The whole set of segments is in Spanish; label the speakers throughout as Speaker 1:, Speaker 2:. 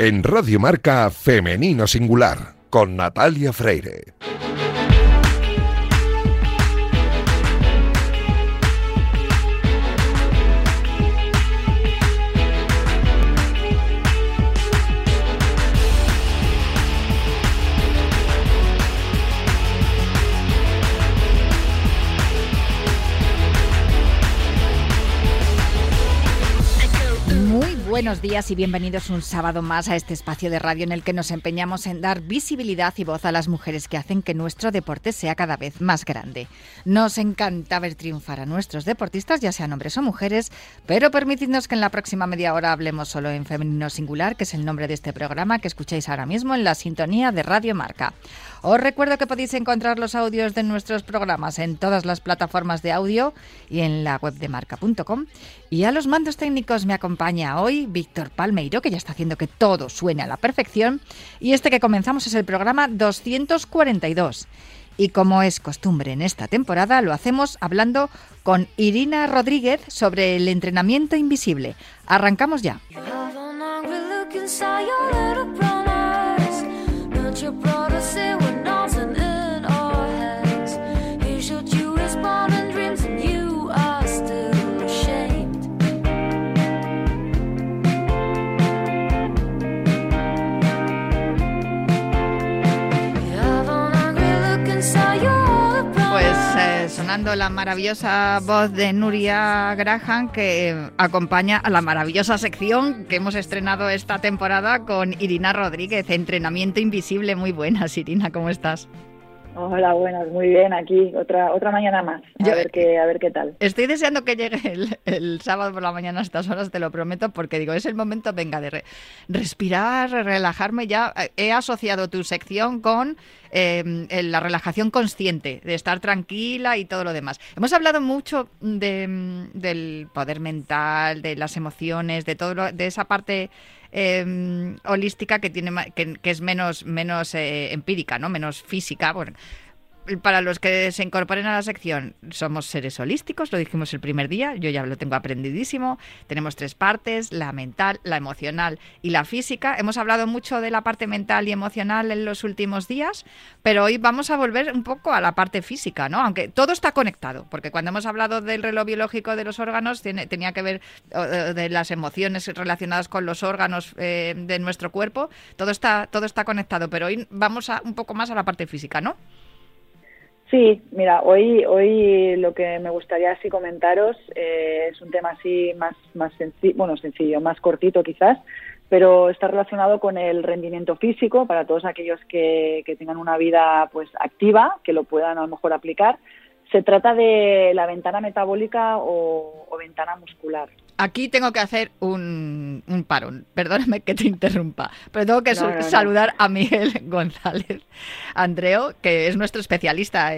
Speaker 1: En Radio Marca Femenino Singular, con Natalia Freire.
Speaker 2: Buenos días y bienvenidos un sábado más a este espacio de radio en el que nos empeñamos en dar visibilidad y voz a las mujeres que hacen que nuestro deporte sea cada vez más grande. Nos encanta ver triunfar a nuestros deportistas, ya sean hombres o mujeres, pero permitidnos que en la próxima media hora hablemos solo en femenino singular, que es el nombre de este programa que escucháis ahora mismo en la sintonía de Radio Marca. Os recuerdo que podéis encontrar los audios de nuestros programas en todas las plataformas de audio y en la web de marca.com. Y a los mandos técnicos me acompaña hoy Víctor Palmeiro, que ya está haciendo que todo suene a la perfección. Y este que comenzamos es el programa 242. Y como es costumbre en esta temporada, lo hacemos hablando con Irina Rodríguez sobre el entrenamiento invisible. Arrancamos ya. Sonando la maravillosa voz de Nuria Graham, que acompaña a la maravillosa sección que hemos estrenado esta temporada con Irina Rodríguez, Entrenamiento Invisible. Muy buenas, Irina, ¿cómo estás?
Speaker 3: Hola, buenas, muy bien, aquí otra mañana más, a ver qué tal.
Speaker 2: Estoy deseando que llegue el sábado por la mañana a estas horas, te lo prometo, porque digo, es el momento, venga, de respirar, relajarme. Ya he asociado tu sección con la relajación consciente, de estar tranquila y todo lo demás. Hemos hablado mucho del poder mental, de las emociones, de todo de esa parte holística que es menos empírica, ¿no? Menos física. Bueno, para los que se incorporen a la sección, somos seres holísticos, lo dijimos el primer día, yo ya lo tengo aprendidísimo. Tenemos 3 partes: la mental, la emocional y la física. Hemos hablado mucho de la parte mental y emocional en los últimos días, pero hoy vamos a volver un poco a la parte física, ¿no? Aunque todo está conectado, porque cuando hemos hablado del reloj biológico de los órganos, tenía que ver de las emociones relacionadas con los órganos de nuestro cuerpo. Todo está conectado, pero hoy vamos un poco más a la parte física, ¿no?
Speaker 3: Sí, mira, hoy lo que me gustaría así comentaros es un tema así más sencillo, más cortito quizás, pero está relacionado con el rendimiento físico para todos aquellos que tengan una vida pues activa, que lo puedan a lo mejor aplicar. Se trata de la ventana metabólica o ventana muscular.
Speaker 2: Aquí tengo que hacer un parón. Perdóname que te interrumpa, pero tengo que saludar a Miguel González Andreo, que es nuestro especialista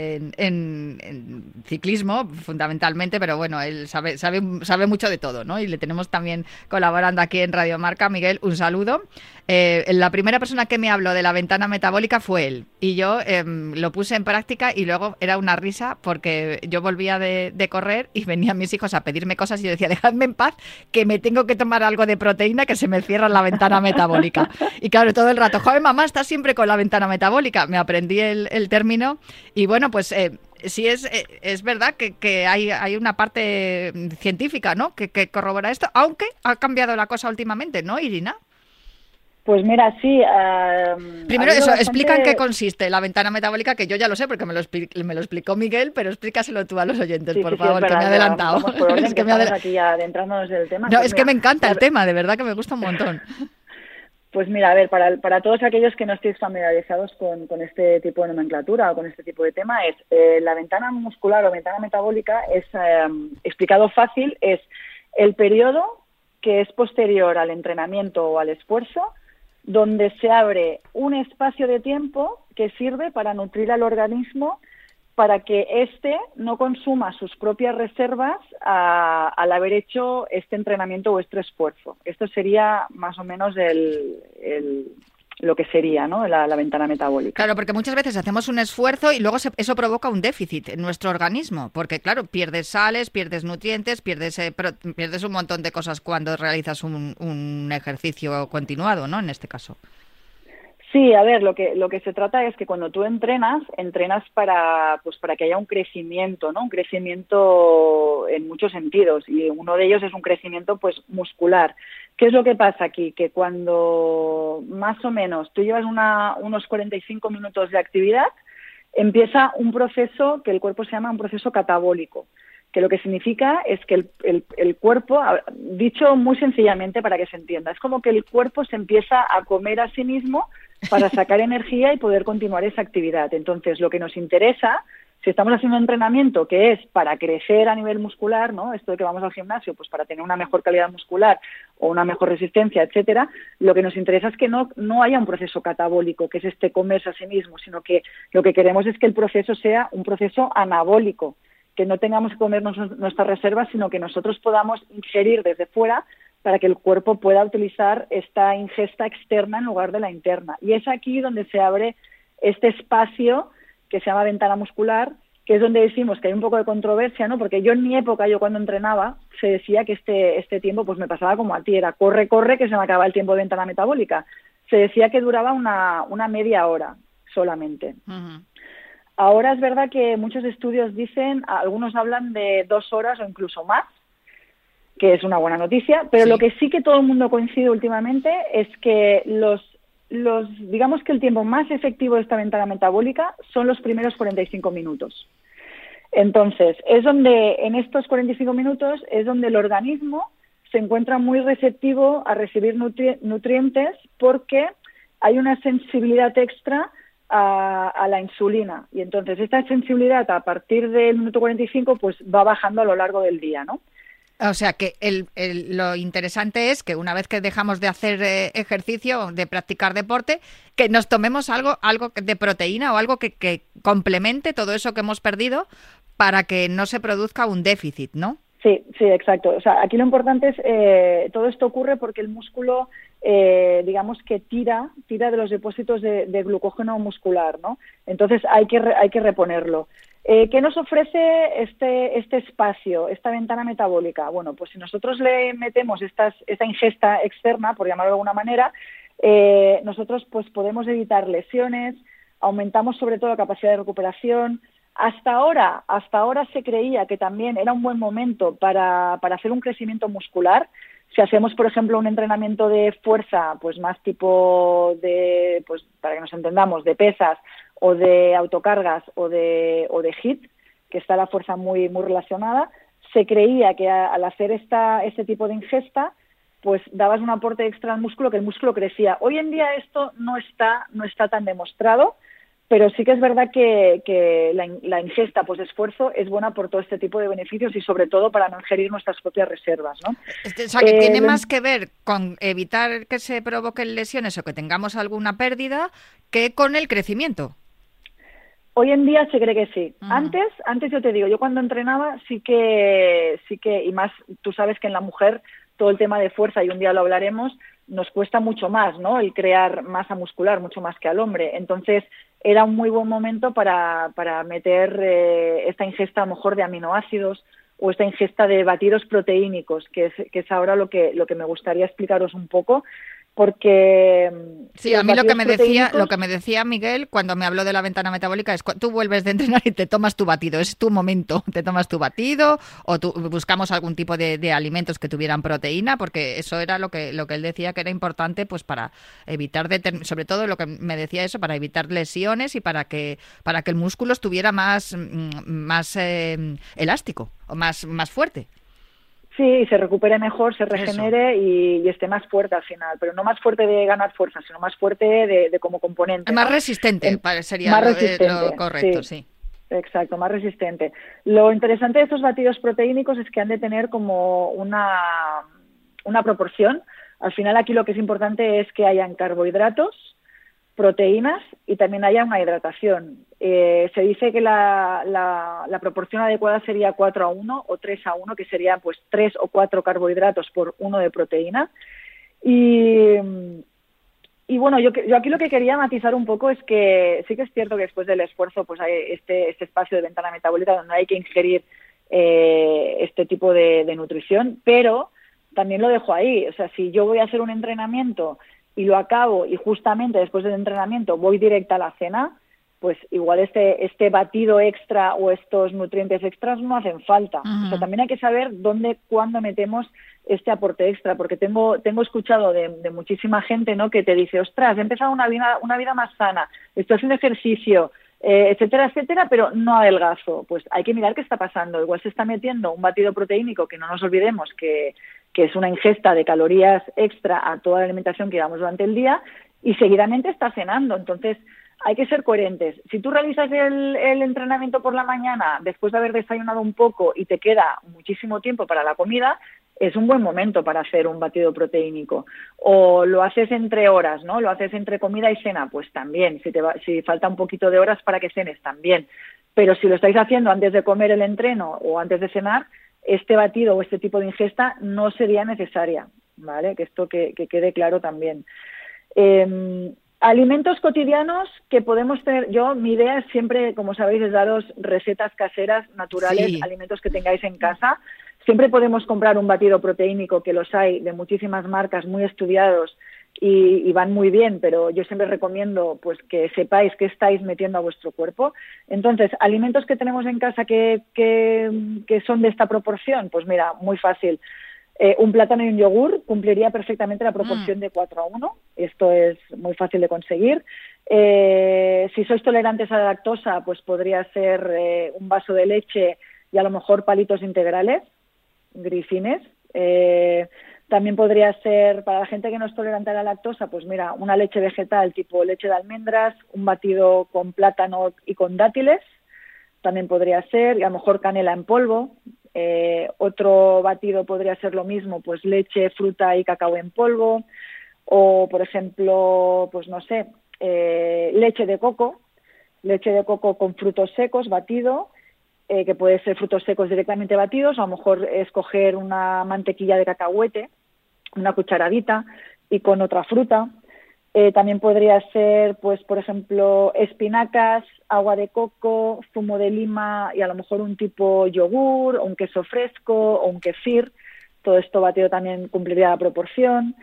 Speaker 2: en ciclismo, fundamentalmente, pero bueno, él sabe mucho de todo, ¿no? Y le tenemos también colaborando aquí en Radio Marca. Miguel, un saludo. La primera persona que me habló de la ventana metabólica fue él, y yo lo puse en práctica, y luego era una risa porque yo volvía de correr y venían mis hijos a pedirme cosas y yo decía, dejadme en paz, que me tengo que tomar algo de proteína, que se me cierra la ventana metabólica. Y claro, todo el rato, joder, mamá, estás siempre con la ventana metabólica. Me aprendí el término y bueno, pues sí es verdad que hay una parte científica, ¿no?, que corrobora esto, aunque ha cambiado la cosa últimamente, ¿no, Irina?
Speaker 3: Pues mira, sí.
Speaker 2: Primero eso, explica en qué consiste la ventana metabólica, que yo ya lo sé porque me lo explicó Miguel, pero explícaselo tú a los oyentes, por favor,
Speaker 3: verdad,
Speaker 2: que me he adelantado.
Speaker 3: Vamos por orden, es que aquí adentrándonos en el tema.
Speaker 2: No, pues es que me encanta el tema, de verdad que me gusta un montón.
Speaker 3: Pues mira, a ver, para todos aquellos que no estéis familiarizados con este tipo de nomenclatura o con este tipo de tema, la ventana muscular o ventana metabólica es, explicado fácil, es el periodo que es posterior al entrenamiento o al esfuerzo, donde se abre un espacio de tiempo que sirve para nutrir al organismo para que éste no consuma sus propias reservas al haber hecho este entrenamiento o este esfuerzo. Esto sería más o menos lo que sería, ¿no?, la ventana metabólica.
Speaker 2: Claro, porque muchas veces hacemos un esfuerzo y luego eso provoca un déficit en nuestro organismo, porque claro, pierdes sales, pierdes nutrientes, pierdes un montón de cosas cuando realizas un ejercicio continuado, ¿no?, en este caso.
Speaker 3: Sí, a ver, lo que se trata es que cuando tú entrenas para que haya un crecimiento, ¿no? Un crecimiento en muchos sentidos, y uno de ellos es un crecimiento pues muscular. ¿Qué es lo que pasa aquí? Que cuando más o menos tú llevas unos 45 minutos de actividad, empieza un proceso que el cuerpo se llama un proceso catabólico, que lo que significa es que el cuerpo, dicho muy sencillamente para que se entienda, es como que el cuerpo se empieza a comer a sí mismo para sacar energía y poder continuar esa actividad. Entonces, lo que nos interesa, si estamos haciendo un entrenamiento que es para crecer a nivel muscular, ¿no?, esto de que vamos al gimnasio, pues para tener una mejor calidad muscular o una mejor resistencia, etcétera, lo que nos interesa es que no haya un proceso catabólico, que es comerse a sí mismo, sino que lo que queremos es que el proceso sea un proceso anabólico, que no tengamos que comernos nuestras reservas, sino que nosotros podamos ingerir desde fuera para que el cuerpo pueda utilizar esta ingesta externa en lugar de la interna. Y es aquí donde se abre este espacio que se llama ventana muscular, que es donde decimos que hay un poco de controversia, ¿no? Porque en mi época, yo cuando entrenaba, se decía que este tiempo pues me pasaba como a ti, era corre, que se me acaba el tiempo de ventana metabólica. Se decía que duraba una media hora solamente. Uh-huh. Ahora es verdad que muchos estudios dicen, algunos hablan de 2 horas o incluso más, que es una buena noticia, pero sí. Lo que sí que todo el mundo coincide últimamente es que digamos que el tiempo más efectivo de esta ventana metabólica son los primeros 45 minutos. Entonces, en estos 45 minutos es donde el organismo se encuentra muy receptivo a recibir nutrientes, porque hay una sensibilidad extra a la insulina, y entonces esta sensibilidad a partir del minuto 45 pues va bajando a lo largo del día, ¿no?
Speaker 2: O sea que lo interesante es que una vez que dejamos de hacer ejercicio, de practicar deporte, que nos tomemos algo de proteína o algo que complemente todo eso que hemos perdido para que no se produzca un déficit, ¿no?
Speaker 3: Sí, exacto. O sea, aquí lo importante es, todo esto ocurre porque el músculo, digamos que tira de los depósitos de glucógeno muscular, ¿no? Entonces hay que reponerlo. ¿Qué nos ofrece este espacio, esta ventana metabólica? Bueno, pues si nosotros le metemos esta ingesta externa, por llamarlo de alguna manera, nosotros pues podemos evitar lesiones, aumentamos sobre todo la capacidad de recuperación. Hasta ahora se creía que también era un buen momento para hacer un crecimiento muscular. Si hacemos, por ejemplo, un entrenamiento de fuerza, pues más tipo de, pues para que nos entendamos, de pesas o de autocargas o de HIIT, que está la fuerza muy, muy relacionada, se creía que al hacer este tipo de ingesta, pues dabas un aporte extra al músculo, que el músculo crecía. Hoy en día esto no está tan demostrado, pero sí que es verdad que la ingesta post-esfuerzo es buena por todo este tipo de beneficios y sobre todo para no ingerir nuestras propias reservas, ¿no?
Speaker 2: O sea, que tiene más que ver con evitar que se provoquen lesiones o que tengamos alguna pérdida que con el crecimiento.
Speaker 3: Hoy en día se cree que sí. Uh-huh. Antes yo te digo, yo cuando entrenaba sí que, y más, tú sabes que en la mujer todo el tema de fuerza, y un día lo hablaremos, nos cuesta mucho más, ¿no?, el crear masa muscular, mucho más que al hombre. Entonces, era un muy buen momento para meter esta ingesta a lo mejor de aminoácidos o esta ingesta de batidos proteínicos, que es ahora lo que me gustaría explicaros un poco, porque
Speaker 2: sí, a mí lo que me decía Miguel cuando me habló de la ventana metabólica es que tú vuelves de entrenar y te tomas tu batido, es tu momento, te tomas tu batido o buscamos algún tipo de alimentos que tuvieran proteína, porque eso era lo que él decía que era importante, pues para evitar sobre todo lo que me decía eso, para evitar lesiones y para que el músculo estuviera más elástico o más fuerte.
Speaker 3: Sí, se recupere mejor, se regenere y esté más fuerte al final, pero no más fuerte de ganar fuerza, sino más fuerte de como componente.
Speaker 2: Más, ¿no?,
Speaker 3: resistente,
Speaker 2: sería
Speaker 3: más
Speaker 2: lo correcto, sí.
Speaker 3: Exacto, más resistente. Lo interesante de estos batidos proteínicos es que han de tener como una proporción. Al final aquí lo que es importante es que hayan carbohidratos, proteínas y también haya una hidratación. Se dice que la proporción adecuada sería 4:1 o 3:1, que sería pues 3 o 4 carbohidratos por 1 de proteína. Y Y bueno, yo aquí lo que quería matizar un poco es que sí que es cierto que después del esfuerzo pues hay este espacio de ventana metabólica donde hay que ingerir este tipo de nutrición, pero también lo dejo ahí. O sea, si yo voy a hacer un entrenamiento y lo acabo y justamente después del entrenamiento voy directa a la cena, pues igual este batido extra o estos nutrientes extras no hacen falta. O sea, también hay que saber cuándo metemos este aporte extra, porque tengo escuchado de muchísima gente, ¿no?, que te dice, ostras, he empezado una vida más sana, estoy haciendo ejercicio, etcétera, etcétera, pero no adelgazo. Pues hay que mirar qué está pasando. Igual se está metiendo un batido proteínico, que no nos olvidemos que es una ingesta de calorías extra a toda la alimentación que llevamos durante el día, y seguidamente está cenando. Entonces, hay que ser coherentes. Si tú realizas el entrenamiento por la mañana después de haber desayunado un poco y te queda muchísimo tiempo para la comida, es un buen momento para hacer un batido proteínico. O lo haces entre horas, ¿no? Lo haces entre comida y cena, pues también. Si falta un poquito de horas para que cenes, también. Pero si lo estáis haciendo antes de comer el entreno o antes de cenar, este batido o este tipo de ingesta no sería necesaria, ¿vale? Que esto que quede claro también. Alimentos cotidianos que podemos tener. Mi idea es siempre, como sabéis, es daros recetas caseras, naturales,
Speaker 2: Sí.
Speaker 3: alimentos que tengáis en casa. Siempre podemos comprar un batido proteínico, que los hay de muchísimas marcas, muy estudiados y van muy bien, pero yo siempre recomiendo pues que sepáis qué estáis metiendo a vuestro cuerpo. Entonces, alimentos que tenemos en casa que son de esta proporción, pues mira, muy fácil. Un plátano y un yogur cumpliría perfectamente la proporción de 4:1. Esto es muy fácil de conseguir. Si sois tolerantes a la lactosa, pues podría ser un vaso de leche y a lo mejor palitos integrales, grifines. También podría ser, para la gente que no es tolerante a la lactosa, pues mira, una leche vegetal tipo leche de almendras, un batido con plátano y con dátiles, también podría ser, y a lo mejor canela en polvo. Otro batido podría ser lo mismo, pues leche, fruta y cacao en polvo, o por ejemplo, pues no sé, leche de coco con frutos secos batido, que puede ser frutos secos directamente batidos, o a lo mejor escoger una mantequilla de cacahuete, una cucharadita, y con otra fruta. También podría ser, pues, por ejemplo, espinacas, agua de coco, zumo de lima y a lo mejor un tipo yogur, o un queso fresco, o un kefir. Todo esto batido también cumpliría la proporción.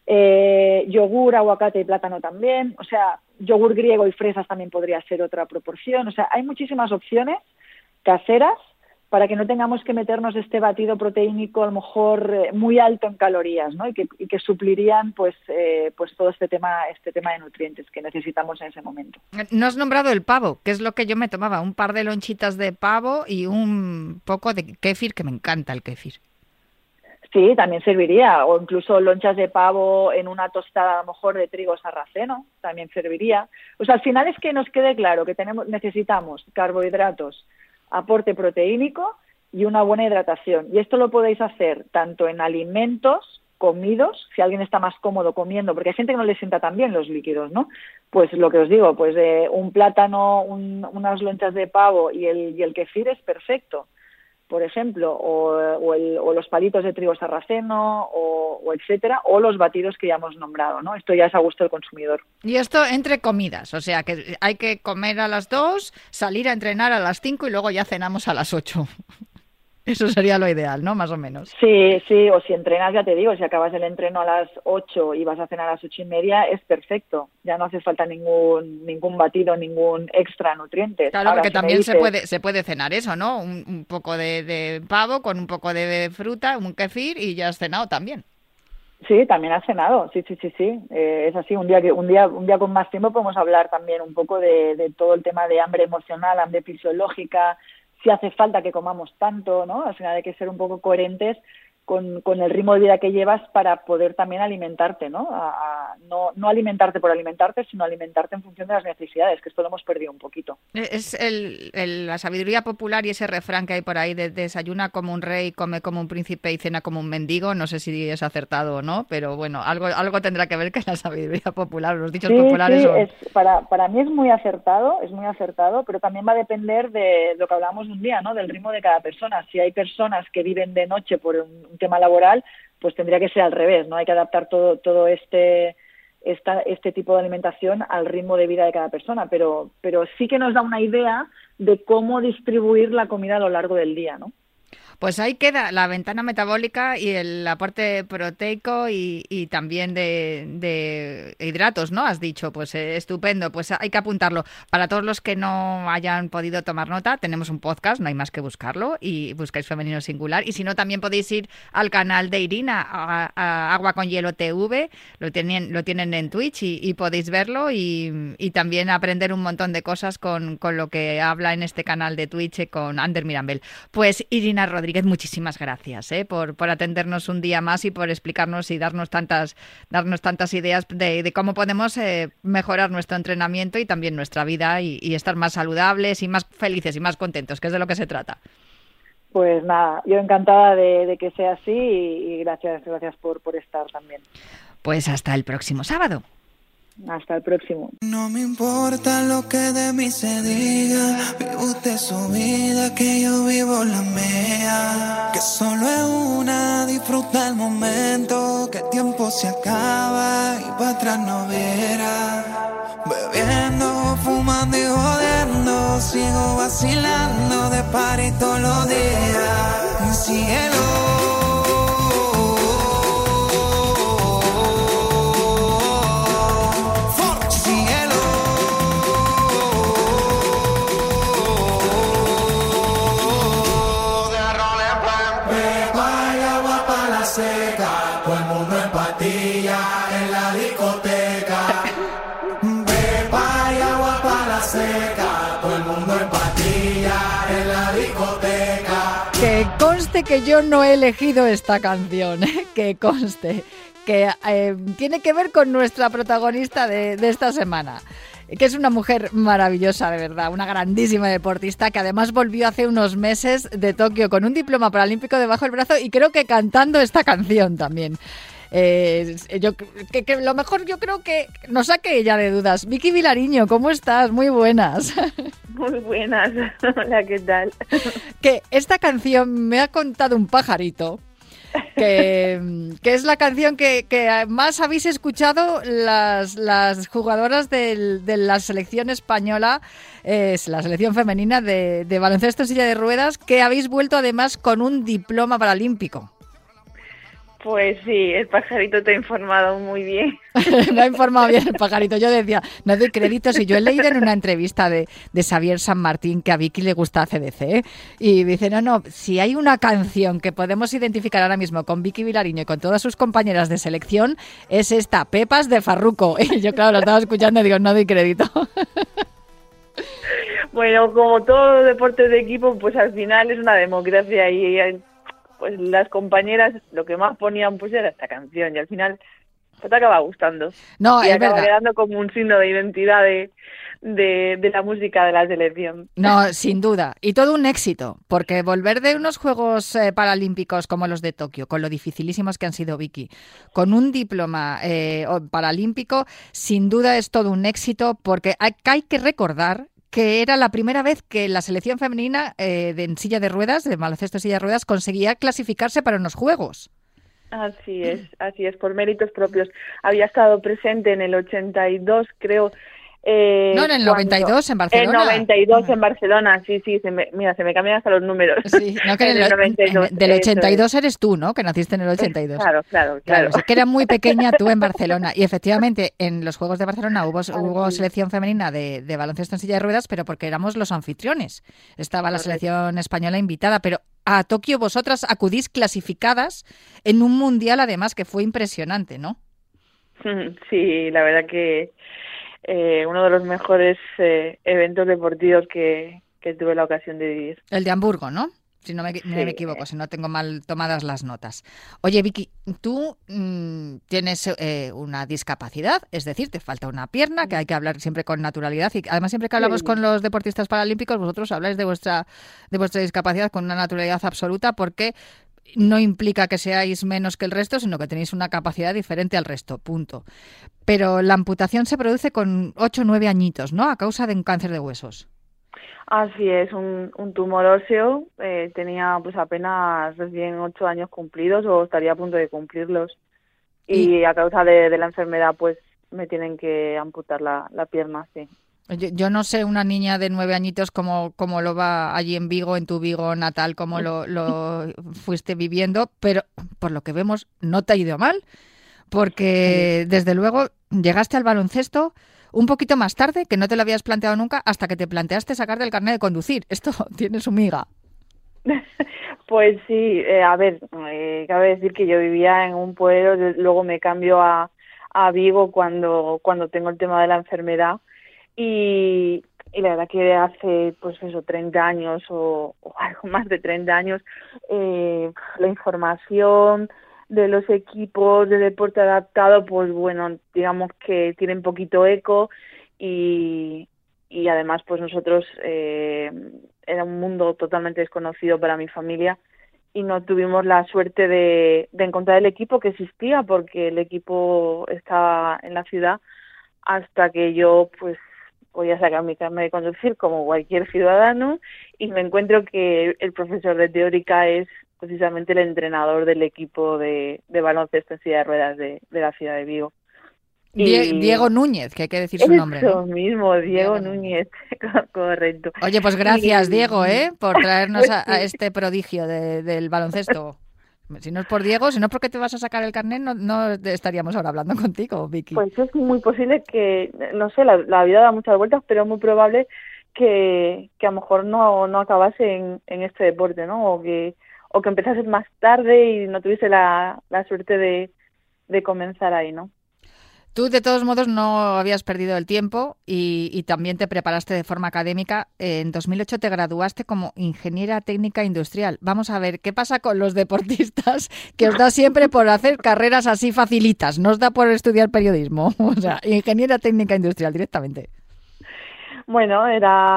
Speaker 3: Yogur, aguacate y plátano también. O sea, yogur griego y fresas también podría ser otra proporción. O sea, hay muchísimas opciones caseras para que no tengamos que meternos este batido proteínico a lo mejor muy alto en calorías, ¿no? Y que suplirían pues todo este tema de nutrientes que necesitamos en ese momento.
Speaker 2: No has nombrado el pavo, que es lo que yo me tomaba, un par de lonchitas de pavo y un poco de kéfir, que me encanta el kéfir.
Speaker 3: Sí, también serviría, o incluso lonchas de pavo en una tostada a lo mejor de trigo sarraceno, también serviría. O sea, al final es que nos quede claro que necesitamos carbohidratos, aporte proteínico y una buena hidratación. Y esto lo podéis hacer tanto en alimentos comidos, si alguien está más cómodo comiendo, porque hay gente que no le sienta tan bien los líquidos, ¿no? Pues lo que os digo, pues un plátano, unas lonchas de pavo y el kefir es perfecto, por ejemplo, o los palitos de trigo sarraceno, o etcétera, o los batidos que ya hemos nombrado, ¿no? Esto ya es a gusto del consumidor.
Speaker 2: Y esto entre comidas, o sea que hay que comer a las 2, salir a entrenar a las 5 y luego ya cenamos a las 8. Eso sería lo ideal, ¿no? Más o menos.
Speaker 3: Sí, o si entrenas, ya te digo, si acabas el entreno a las 8 y vas a cenar a las 8:30, es perfecto. Ya no hace falta ningún batido, ningún extra nutrientes.
Speaker 2: Claro,
Speaker 3: Ahora,
Speaker 2: porque
Speaker 3: si
Speaker 2: también
Speaker 3: dices,
Speaker 2: se puede cenar eso, ¿no? Un poco de pavo con un poco de fruta, un kefir y ya has cenado también.
Speaker 3: Sí, también has cenado, sí. Es así, un día con más tiempo podemos hablar también un poco de todo el tema de hambre emocional, hambre fisiológica, si hace falta que comamos tanto, ¿no? Al final hay que ser un poco coherentes con el ritmo de vida que llevas para poder también alimentarte, ¿no? No alimentarte por alimentarte, sino alimentarte en función de las necesidades, que esto lo hemos perdido un poquito.
Speaker 2: Es la sabiduría popular y ese refrán que hay por ahí de desayuna como un rey, come como un príncipe y cena como un mendigo. No sé si es acertado o no, pero bueno, algo tendrá que ver con la sabiduría popular. Los dichos populares son...
Speaker 3: para mí es muy acertado, pero también va a depender de lo que hablamos un día, ¿no? Del ritmo de cada persona. Si hay personas que viven de noche por un tema laboral, pues tendría que ser al revés, ¿no? Hay que adaptar todo este este tipo de alimentación al ritmo de vida de cada persona, pero sí que nos da una idea de cómo distribuir la comida a lo largo del día, ¿no?
Speaker 2: Pues ahí queda la ventana metabólica y el aporte proteico y también de hidratos, ¿no? Has dicho, pues estupendo, pues hay que apuntarlo. Para todos los que no hayan podido tomar nota, tenemos un podcast, no hay más que buscarlo, y buscáis Femenino Singular. Y si no, también podéis ir al canal de Irina, a Agua con Hielo TV, lo tienen en Twitch y podéis verlo y también aprender un montón de cosas con lo que habla en este canal de Twitch con Ander Mirambel. Pues Irina Rodríguez, muchísimas gracias por atendernos un día más y por explicarnos y darnos tantas ideas de cómo podemos mejorar nuestro entrenamiento y también nuestra vida y estar más saludables y más felices y más contentos, que es de lo que se trata.
Speaker 3: Pues nada, yo encantada de que sea así y gracias por estar también.
Speaker 2: Pues hasta el próximo sábado.
Speaker 3: Hasta el próximo.
Speaker 4: No me importa lo que de mí se diga, vive usted su vida, que yo vivo la mía. Que solo es una, disfruta el momento, que el tiempo se acaba y para atrás no verá. Bebiendo, fumando y jodiendo, sigo vacilando de party todos los días. Cielo.
Speaker 5: Seca, todo el mundo en patilla en la discoteca. Pepa y agua para la seca, todo el mundo en patilla en la discoteca.
Speaker 2: Que conste que yo no he elegido esta canción, que conste, que tiene que ver con nuestra protagonista de esta semana, que es una mujer maravillosa, de verdad, una grandísima deportista que además volvió hace unos meses de Tokio con un diploma paralímpico debajo del brazo y creo que cantando esta canción también. Lo mejor yo creo que nos saque ella de dudas. Vicky Vilariño, ¿cómo estás? Muy buenas.
Speaker 6: Muy buenas. Hola, ¿qué tal?
Speaker 2: Que esta canción me ha contado un pajarito. Que es la canción que más habéis escuchado las jugadoras de la selección española, es la selección femenina de baloncesto en silla de ruedas, que habéis vuelto además con un diploma paralímpico.
Speaker 6: Pues sí, el pajarito te ha informado muy bien.
Speaker 2: Me ha informado bien el pajarito. Yo decía, no doy créditos, y yo he leído en una entrevista de Xavier San Martín que a Vicky le gusta ACDC, ¿eh? Y dice, no, si hay una canción que podemos identificar ahora mismo con Vicky Vilariño y con todas sus compañeras de selección, es esta, Pepas de Farruko. Y yo, claro, lo estaba escuchando y digo, no doy crédito.
Speaker 6: Bueno, como todo deporte de equipo, pues al final es una democracia y pues las compañeras lo que más ponían pues era esta canción y al final pues te acaba gustando.
Speaker 2: No,
Speaker 6: y
Speaker 2: es
Speaker 6: acaba
Speaker 2: verdad.
Speaker 6: quedando como un signo de identidad de la música de la selección.
Speaker 2: No, sin duda. Y todo un éxito, porque volver de unos Juegos Paralímpicos como los de Tokio, con lo dificilísimos que han sido, Vicky, con un diploma paralímpico, sin duda es todo un éxito, porque hay que recordar que era la primera vez que la selección femenina en silla de ruedas, de baloncesto en silla de ruedas, conseguía clasificarse para unos Juegos.
Speaker 6: Así es, por méritos propios. Había estado presente en el 82, creo.
Speaker 2: No, en el 92 en Barcelona.
Speaker 6: En 92 en Barcelona, sí, se me cambian hasta los números.
Speaker 2: Sí, no, que
Speaker 6: en el 92,
Speaker 2: del 82 eres tú, ¿no? Que naciste en el 82.
Speaker 6: Claro.
Speaker 2: Es que era muy pequeña tú en Barcelona. Y efectivamente, en los Juegos de Barcelona hubo selección femenina de baloncesto en silla de ruedas, pero porque éramos los anfitriones. Estaba la selección española invitada, pero a Tokio vosotras acudís clasificadas en un mundial, además, que fue impresionante, ¿no?
Speaker 6: Sí, la verdad que uno de los mejores eventos deportivos que tuve la ocasión de vivir.
Speaker 2: El de Hamburgo, ¿no? Si no me equivoco, si no tengo mal tomadas las notas. Oye, Vicky, tú tienes una discapacidad, es decir, te falta una pierna, que hay que hablar siempre con naturalidad, y además siempre que hablamos con los deportistas paralímpicos, vosotros habláis de vuestra discapacidad con una naturalidad absoluta, porque no implica que seáis menos que el resto, sino que tenéis una capacidad diferente al resto, punto. Pero la amputación se produce con 8 o 9 añitos, ¿no? A causa de un cáncer de huesos.
Speaker 6: Así es, un tumor óseo. Tenía pues apenas recién 8 años cumplidos o estaría a punto de cumplirlos. Y a causa de la enfermedad pues me tienen que amputar la pierna, sí.
Speaker 2: Yo no sé una niña de 9 añitos cómo lo va allí en Vigo, en tu Vigo natal, cómo lo fuiste viviendo, pero por lo que vemos no te ha ido mal, porque desde luego llegaste al baloncesto un poquito más tarde, que no te lo habías planteado nunca, hasta que te planteaste sacarte el carnet de conducir. Esto tiene su miga.
Speaker 6: Pues sí, a ver, cabe decir que yo vivía en un pueblo, luego me cambio a Vigo cuando tengo el tema de la enfermedad y la verdad que hace pues eso 30 años o algo más de 30 años la información de los equipos de deporte adaptado, pues bueno, digamos que tienen poquito eco y además pues nosotros era un mundo totalmente desconocido para mi familia y no tuvimos la suerte de encontrar el equipo que existía porque el equipo estaba en la ciudad hasta que yo pues voy a sacar mi carnet de conducir como cualquier ciudadano y me encuentro que el profesor de teórica es precisamente el entrenador del equipo de baloncesto en silla de ruedas de la ciudad de Vigo.
Speaker 2: Diego Núñez, que hay que decir su nombre, ¿no?
Speaker 6: Eso mismo, Diego Núñez, correcto.
Speaker 2: Oye, pues gracias, Diego, por traernos a este prodigio del baloncesto. Si no es por Diego, si no es porque te vas a sacar el carnet, no estaríamos ahora hablando contigo, Vicky.
Speaker 6: Pues es muy posible que, no sé, la vida da muchas vueltas, pero es muy probable que a lo mejor no acabase en este deporte, ¿no? O que empezases más tarde y no tuviese la suerte de comenzar ahí, ¿no?
Speaker 2: Tú, de todos modos, no habías perdido el tiempo y también te preparaste de forma académica. En 2008 te graduaste como ingeniera técnica industrial. Vamos a ver, ¿qué pasa con los deportistas que os da siempre por hacer carreras así facilitas? ¿No os da por estudiar periodismo? O sea, ingeniera técnica industrial directamente.
Speaker 6: Bueno,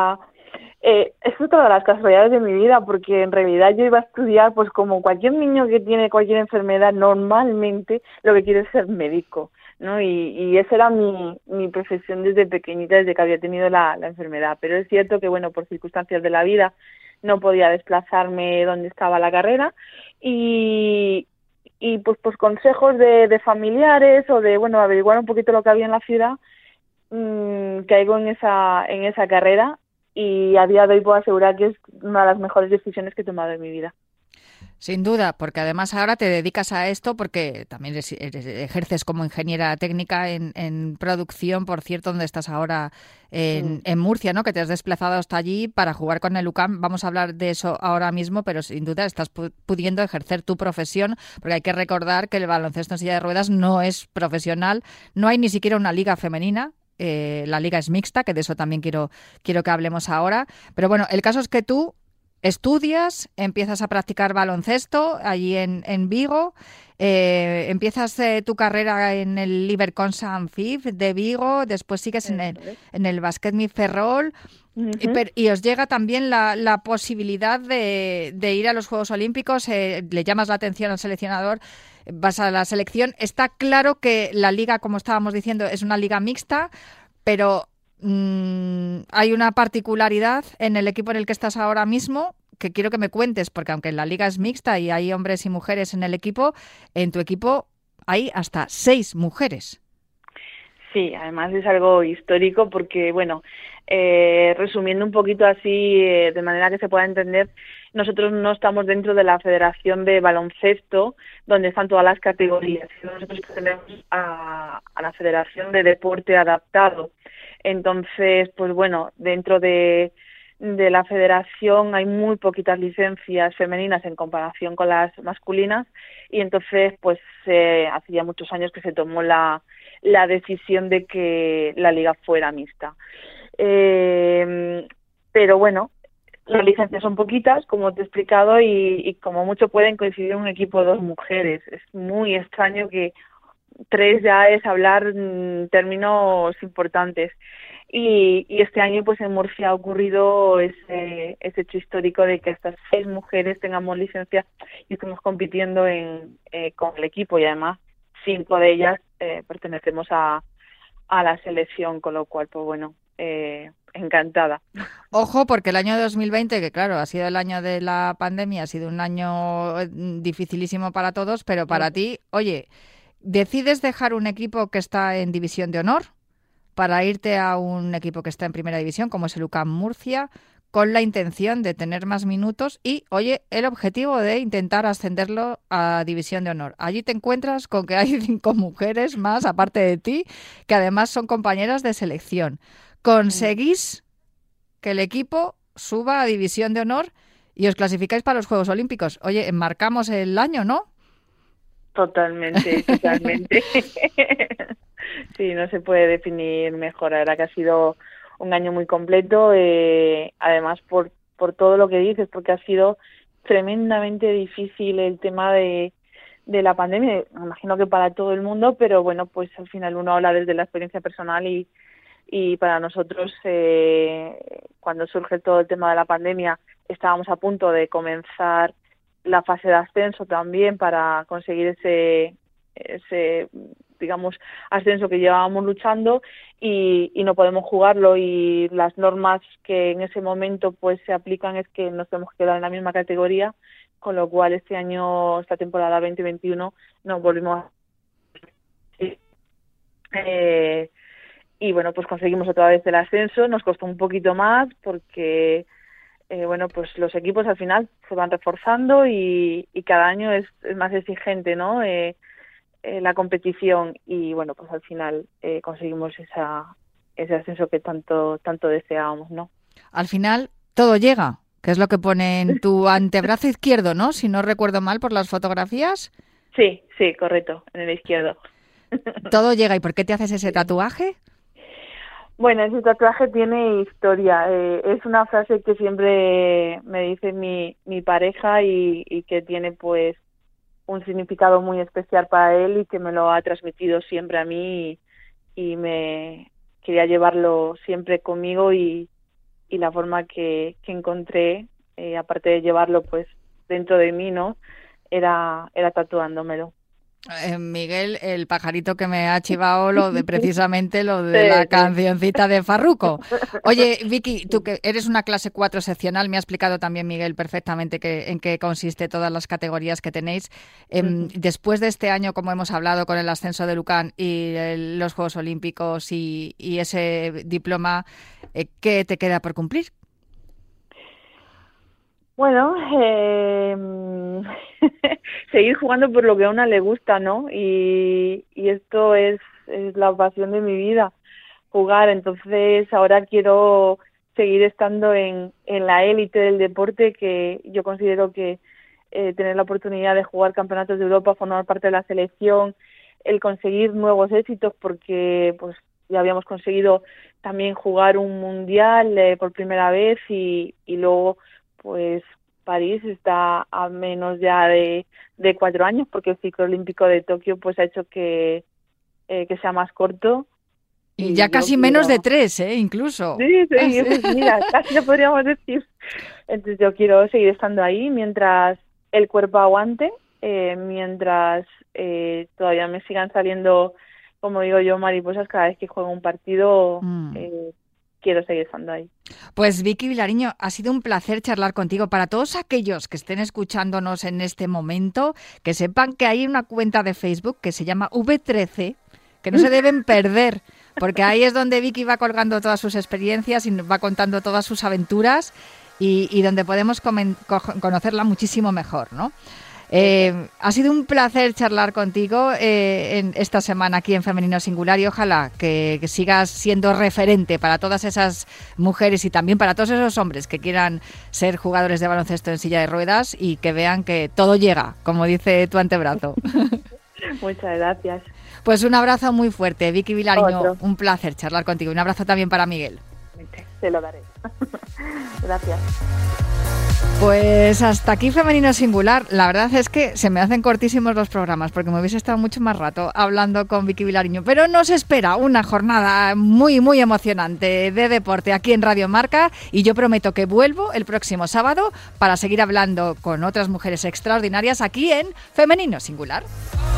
Speaker 6: es otra de las casualidades de mi vida, porque en realidad yo iba a estudiar, pues como cualquier niño que tiene cualquier enfermedad, normalmente lo que quiere es ser médico, ¿no? Y esa era mi profesión desde pequeñita, desde que había tenido la enfermedad. Pero es cierto que, bueno, por circunstancias de la vida no podía desplazarme donde estaba la carrera y pues consejos de familiares o de, bueno, averiguar un poquito lo que había en la ciudad, caigo en esa carrera y a día de hoy puedo asegurar que es una de las mejores decisiones que he tomado en mi vida.
Speaker 2: Sin duda, porque además ahora te dedicas a esto porque también ejerces como ingeniera técnica en producción, por cierto, donde estás ahora en Murcia, ¿no? Que te has desplazado hasta allí para jugar con el UCAM. Vamos a hablar de eso ahora mismo, pero sin duda estás pudiendo ejercer tu profesión, porque hay que recordar que el baloncesto en silla de ruedas no es profesional, no hay ni siquiera una liga femenina. La liga es mixta, que de eso también quiero que hablemos ahora. Pero bueno, el caso es que tú estudias, empiezas a practicar baloncesto allí en Vigo, empiezas tu carrera en el Iberconsa Amfib de Vigo, después sigues en el Basquetmi Ferrol. Y os llega también la posibilidad de ir a los Juegos Olímpicos, le llamas la atención al seleccionador, vas a la selección. Está claro que la liga, como estábamos diciendo, es una liga mixta, pero hay una particularidad en el equipo en el que estás ahora mismo que quiero que me cuentes, porque aunque la liga es mixta y hay hombres y mujeres en el equipo, en tu equipo hay hasta 6 mujeres.
Speaker 6: Sí, además es algo histórico porque, bueno, resumiendo un poquito así, de manera que se pueda entender, nosotros no estamos dentro de la Federación de Baloncesto, donde están todas las categorías. Nosotros pertenecemos a la Federación de Deporte Adaptado. Entonces, pues bueno, dentro de la federación hay muy poquitas licencias femeninas en comparación con las masculinas y entonces, pues hace ya muchos años que se tomó la decisión de que la liga fuera mixta. Pero bueno, las licencias son poquitas, como te he explicado, y como mucho pueden coincidir en un equipo de 2 mujeres. Es muy extraño que 3 ya es hablar términos importantes. Y este año pues en Murcia ha ocurrido ese hecho histórico de que hasta 6 mujeres tengamos licencia y estamos compitiendo con el equipo y además 5 de ellas pertenecemos a la selección, con lo cual pues bueno, encantada.
Speaker 2: Ojo, porque el año 2020, que claro, ha sido el año de la pandemia, ha sido un año dificilísimo para todos, pero para ti, oye, decides dejar un equipo que está en División de Honor para irte a un equipo que está en Primera División, como es el UCAM Murcia, con la intención de tener más minutos y, oye, el objetivo de intentar ascenderlo a División de Honor. Allí te encuentras con que hay 5 mujeres más, aparte de ti, que además son compañeras de selección. Conseguís que el equipo suba a División de Honor y os clasificáis para los Juegos Olímpicos. Oye, enmarcamos el año, ¿no?
Speaker 6: Totalmente. Sí, no se puede definir mejor. La verdad que ha sido un año muy completo, además por todo lo que dices, porque ha sido tremendamente difícil el tema de la pandemia. Me imagino que para todo el mundo, pero bueno, pues al final uno habla desde la experiencia personal y para nosotros, cuando surge todo el tema de la pandemia, estábamos a punto de comenzar la fase de ascenso también para conseguir ese digamos, ascenso que llevábamos luchando y no podemos jugarlo, y las normas que en ese momento pues se aplican es que nos tenemos que quedar en la misma categoría, con lo cual esta temporada 2021 nos volvimos y bueno, pues conseguimos otra vez el ascenso. Nos costó un poquito más porque bueno, pues los equipos al final se van reforzando y cada año es más exigente, ¿no? La competición, y bueno, pues al final conseguimos ese ascenso que tanto deseábamos, ¿no?
Speaker 2: Al final todo llega, que es lo que pone en tu antebrazo izquierdo, ¿no? Si no recuerdo mal por las fotografías.
Speaker 6: Sí, correcto, en el izquierdo.
Speaker 2: Todo llega. ¿Y por qué te haces ese tatuaje?
Speaker 6: Bueno, ese tatuaje tiene historia. Es una frase que siempre me dice mi pareja y que tiene pues un significado muy especial para él y que me lo ha transmitido siempre a mí y me quería llevarlo siempre conmigo y la forma que encontré, aparte de llevarlo pues dentro de mí, ¿no? Era tatuándomelo.
Speaker 2: Miguel, el pajarito que me ha chivado precisamente lo de la cancioncita de Farruko. Oye, Vicky, tú que eres una clase 4 excepcional, me ha explicado también Miguel perfectamente en qué consiste todas las categorías que tenéis. Después de este año, como hemos hablado, con el ascenso de Lucan y los Juegos Olímpicos y ese diploma, ¿qué te queda por cumplir?
Speaker 6: Bueno, seguir jugando por lo que a una le gusta, ¿no? Y esto es la pasión de mi vida, jugar. Entonces ahora quiero seguir estando en la élite del deporte, que yo considero que tener la oportunidad de jugar campeonatos de Europa, formar parte de la selección, el conseguir nuevos éxitos, porque pues ya habíamos conseguido también jugar un mundial por primera vez y luego pues París está a menos ya de 4 años, porque el ciclo olímpico de Tokio pues ha hecho que sea más corto.
Speaker 2: Y ya casi menos de 3, incluso.
Speaker 6: Sí, pues mira, casi lo podríamos decir. Entonces yo quiero seguir estando ahí mientras el cuerpo aguante, mientras todavía me sigan saliendo, como digo yo, mariposas cada vez que juego un partido. Quiero seguir estando ahí.
Speaker 2: Pues Vicky Vilariño, ha sido un placer charlar contigo. Para todos aquellos que estén escuchándonos en este momento, que sepan que hay una cuenta de Facebook que se llama V13, que no se deben perder, porque ahí es donde Vicky va colgando todas sus experiencias y va contando todas sus aventuras y donde podemos conocerla muchísimo mejor, ¿no? Ha sido un placer charlar contigo en esta semana aquí en Femenino Singular, y ojalá que sigas siendo referente para todas esas mujeres y también para todos esos hombres que quieran ser jugadores de baloncesto en silla de ruedas y que vean que todo llega, como dice tu antebrazo.
Speaker 6: Muchas gracias.
Speaker 2: Pues un abrazo muy fuerte, Vicky Vilariño. Un placer charlar contigo. Un abrazo también para Miguel.
Speaker 6: Se lo daré. Gracias.
Speaker 2: Pues hasta aquí Femenino Singular. La verdad es que se me hacen cortísimos los programas porque me hubiese estado mucho más rato hablando con Vicky Vilariño. Pero nos espera una jornada muy, muy emocionante de deporte aquí en Radio Marca, y yo prometo que vuelvo el próximo sábado para seguir hablando con otras mujeres extraordinarias aquí en Femenino Singular.